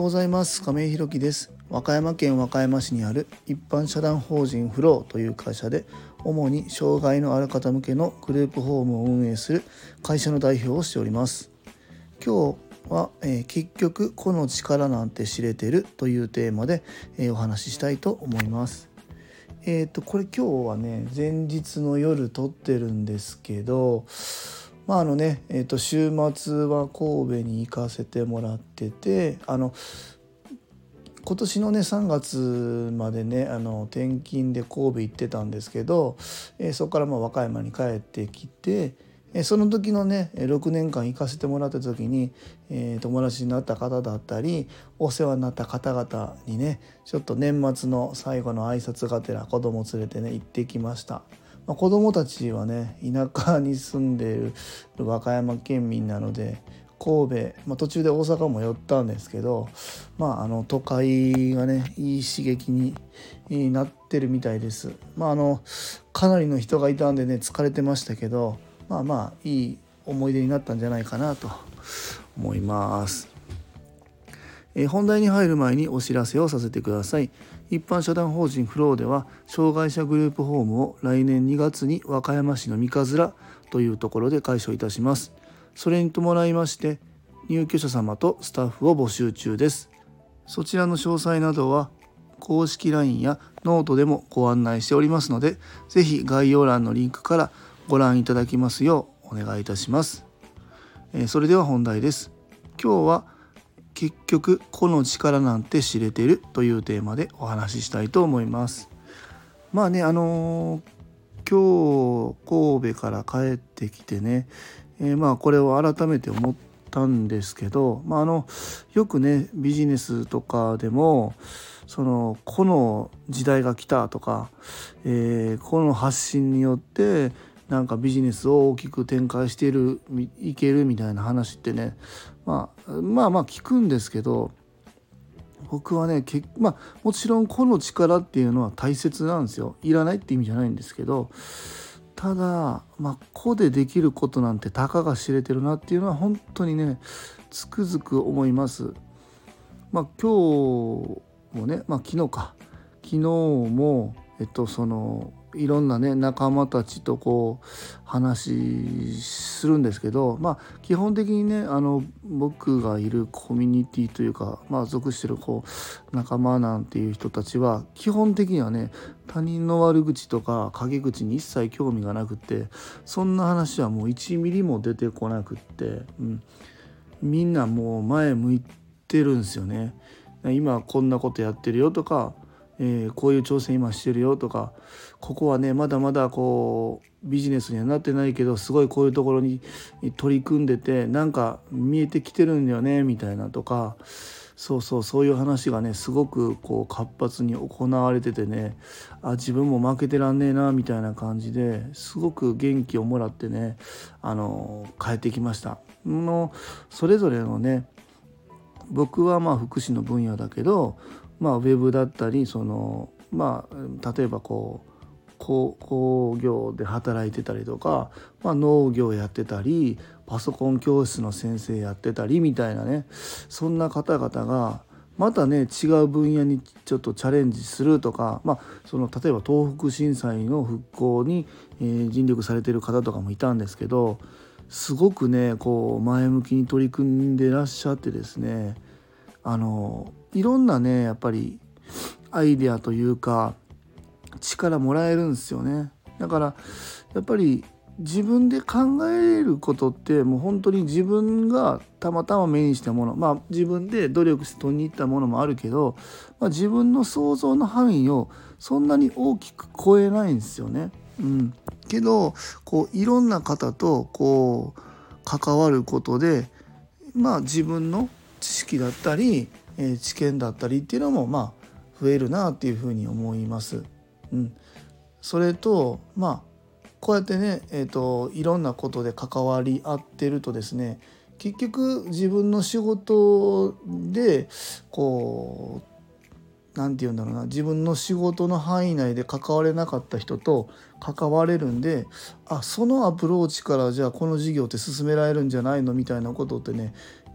ございます。亀井ひろきです。和歌山県和歌山市にある一般社団法人フローという会社で、主に障害のある方向けのグループホームを運営する会社の代表をしております。今日は、結局個の力なんて知れてるというテーマで、お話ししたいと思います。これ今日はね、前日の夜撮ってるんですけど、週末は神戸に行かせてもらってて、今年のね3月までね転勤で神戸行ってたんですけど、そこから和歌山に帰ってきて、その時のね6年間行かせてもらった時に、友達になった方だったりお世話になった方々にね、ちょっと年末の最後の挨拶がてら子供連れてね行ってきました。子供たちはね田舎に住んでいる和歌山県民なので神戸、途中で大阪も寄ったんですけど、都会がねいい刺激になってるみたいです。かなりの人がいたんでね疲れてましたけど、いい思い出になったんじゃないかなと思います。本題に入る前にお知らせをさせてください。一般社団法人フローでは障害者グループホームを来年2月に和歌山市の三日面というところで開所いたします。それに伴いまして入居者様とスタッフを募集中です。そちらの詳細などは公式 LINE やノートでもご案内しておりますので、ぜひ概要欄のリンクからご覧いただきますようお願いいたします。それでは本題です。今日は結局個の力なんて知れてるというテーマでお話ししたいと思います。今日神戸から帰ってきてね、これを改めて思ったんですけど、よくねビジネスとかでも個の時代が来たとか、個の発信によってビジネスを大きく展開していけるみたいな話ってね、聞くんですけど、僕はねもちろん個の力っていうのは大切なんですよ。いらないって意味じゃないんですけど、ただ個でできることなんてたかが知れてるなっていうのは本当にねつくづく思います。今日もね、昨日もいろんなね仲間たちと話するんですけど、基本的にね僕がいるコミュニティというか、属してる仲間なんていう人たちは基本的にはね他人の悪口とか陰口に一切興味がなくって、そんな話はもう1ミリも出てこなくって、みんなもう前向いてるんですよね。今こんなことやってるよとか、こういう挑戦今してるよとか、ここはねまだまだビジネスにはなってないけどすごいこういうところに取り組んでて見えてきてるんだよねみたいなとか、そういう話がねすごく活発に行われててね、自分も負けてらんねえなみたいな感じですごく元気をもらってね帰ってきました。それぞれのね、僕は福祉の分野だけど、ウェブだったり例えば工業で働いてたりとか、農業やってたりパソコン教室の先生やってたりみたいなね、そんな方々がまたね違う分野にちょっとチャレンジするとか、例えば東北震災の復興に、尽力されている方とかもいたんですけど、すごくね前向きに取り組んでらっしゃってですね、いろんなねやっぱりアイデアというか力もらえるんですよね。だからやっぱり自分で考えることってもう本当に自分がたまたま目にしたもの、自分で努力して取りに行ったものもあるけど、自分の想像の範囲をそんなに大きく超えないんですよね。けどいろんな方と関わることで自分の知識だったり、知見だったりっていうのも増えるなっていうふうに思います。それとこうやってね、いろんなことで関わり合ってるとですね、結局自分の仕事で自分の仕事の範囲内で関われなかった人と関われるんで、そのアプローチからじゃあこの事業って進められるんじゃないのみたいなことってね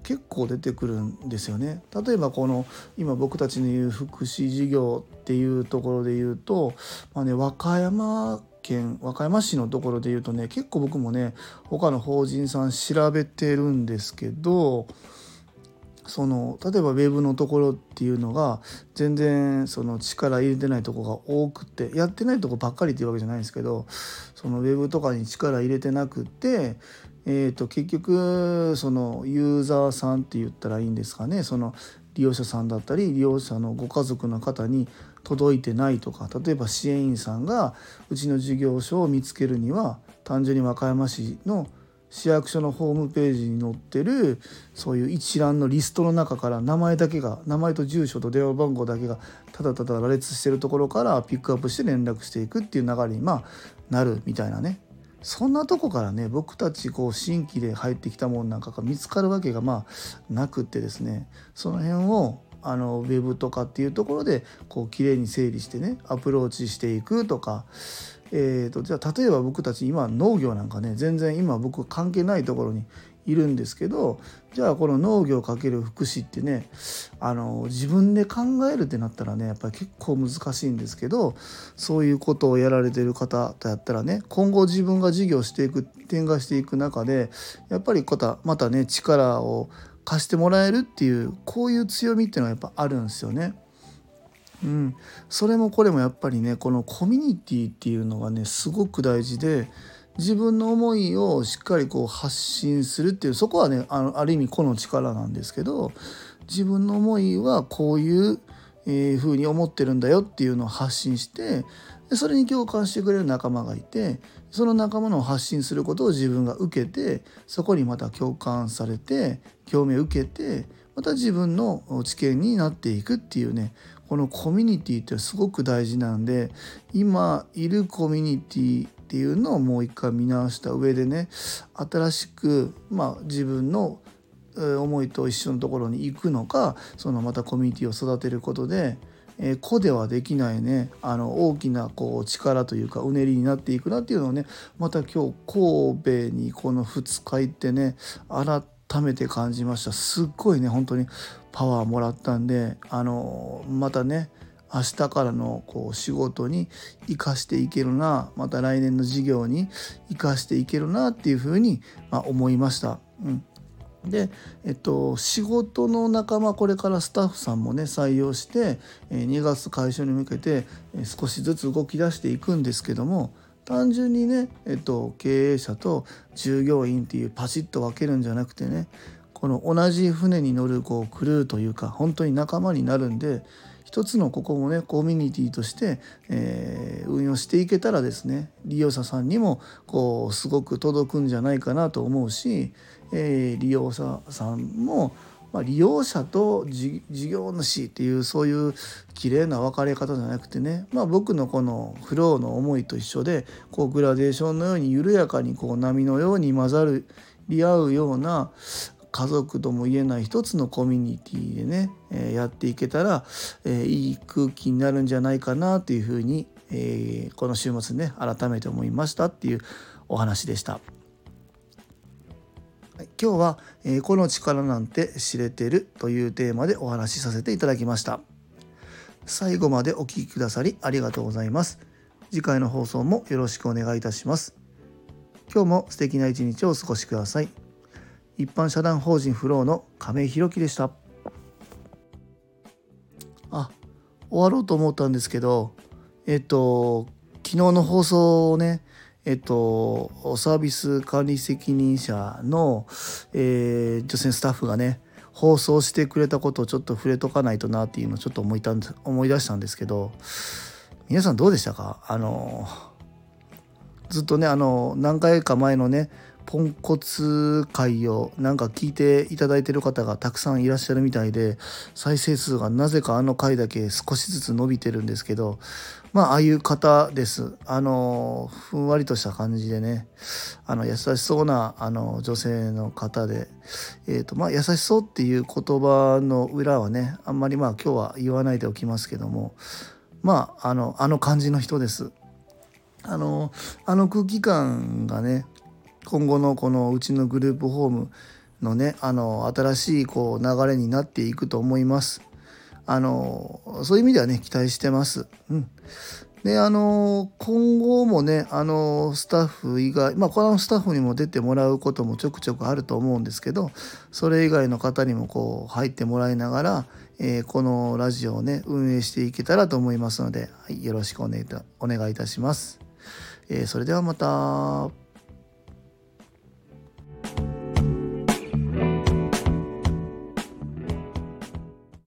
結構出てくるんですよね。例えばこの今僕たちの言う福祉事業っていうところで言うと、和歌山市のところで言うとね、結構僕もね他の法人さん調べてるんですけど、例えばウェブのところっていうのが全然力入れてないところが多くて、やってないとこばっかりっていうわけじゃないんですけど、ウェブとかに力入れてなくて、結局ユーザーさんって言ったらいいんですかね、利用者さんだったり利用者のご家族の方に届いてないとか、例えば支援員さんがうちの事業所を見つけるには単純に和歌山市の市役所のホームページに載ってるそういう一覧のリストの中から名前と住所と電話番号だけがただただ羅列してるところからピックアップして連絡していくっていう流れになるみたいなね。そんなとこからね、僕たち新規で入ってきたもんなんかが見つかるわけがなくってですね、その辺をウェブとかっていうところできれいに整理してねアプローチしていくとか、じゃあ例えば僕たち今農業なんかね、全然今僕関係ないところにいるんですけど、じゃあこの農業×福祉ってね、自分で考えるってなったらねやっぱり結構難しいんですけど、そういうことをやられてる方とやったらね、今後自分が事業していく展開していく中でやっぱりまたね力を貸してもらえるっていう、こういう強みっていうのはやっぱあるんですよね。それもこれもやっぱりね、このコミュニティっていうのがねすごく大事で、自分の思いをしっかり発信するっていう、そこはねある意味個の力なんですけど、自分の思いはこういうふうに思ってるんだよっていうのを発信して、それに共感してくれる仲間がいて、その仲間の発信することを自分が受けて、そこにまた共感されて共鳴を受けて、また自分の知見になっていくっていうね、このコミュニティってすごく大事なんで、今いるコミュニティっていうのをもう一回見直した上でね、新しく自分の思いと一緒のところに行くのか、またコミュニティを育てることで、個ではできないね大きな力というかうねりになっていくなっていうのをね、また今日神戸にこの2日行ってね改めて感じました。すっごいね本当にパワーもらったんで、またね明日からの仕事に生かしていけるな、また来年の事業に生かしていけるなっていうふうに思いました。で、仕事の仲間、これからスタッフさんもね採用して2月開始に向けて少しずつ動き出していくんですけども、単純にね、経営者と従業員っていうパチッと分けるんじゃなくてね、この同じ船に乗るクルーというか本当に仲間になるんで、一つのここもねコミュニティとして、運用していけたらですね、利用者さんにもすごく届くんじゃないかなと思うし、利用者さんも、利用者と事業主っていうそういう綺麗な分かれ方じゃなくてね、僕のこのフローの思いと一緒でグラデーションのように緩やかに波のように混ざり合うような家族とも言えない一つのコミュニティでね、やっていけたら、いい空気になるんじゃないかなというふうに、この週末ね改めて思いましたっていうお話でした。今日は、個の力なんて知れてるというテーマでお話しさせていただきました。最後までお聞きくださりありがとうございます。次回の放送もよろしくお願いいたします。今日も素敵な一日をお過ごしください。一般社団法人フローの亀井宏樹でした。終わろうと思ったんですけど、昨日の放送をね、サービス管理責任者の、女性スタッフがね放送してくれたことをちょっと触れとかないとなっていうのをちょっと思い出したんですけど、皆さんどうでしたか？ずっとね何回か前のねポンコツ会を聞いていただいている方がたくさんいらっしゃるみたいで、再生数がなぜか回だけ少しずつ伸びてるんですけど、ああいう方です。ふんわりとした感じでね、優しそうな女性の方で、優しそうっていう言葉の裏はねあんまり今日は言わないでおきますけども、あの感じの人です。あの空気感がね今後のこのうちのグループホームのね新しい流れになっていくと思います。そういう意味ではね期待してます。で今後もねスタッフ以外このスタッフにも出てもらうこともちょくちょくあると思うんですけど、それ以外の方にも入ってもらいながら、このラジオをね運営していけたらと思いますので、よろしくお願いいたします。それではまた。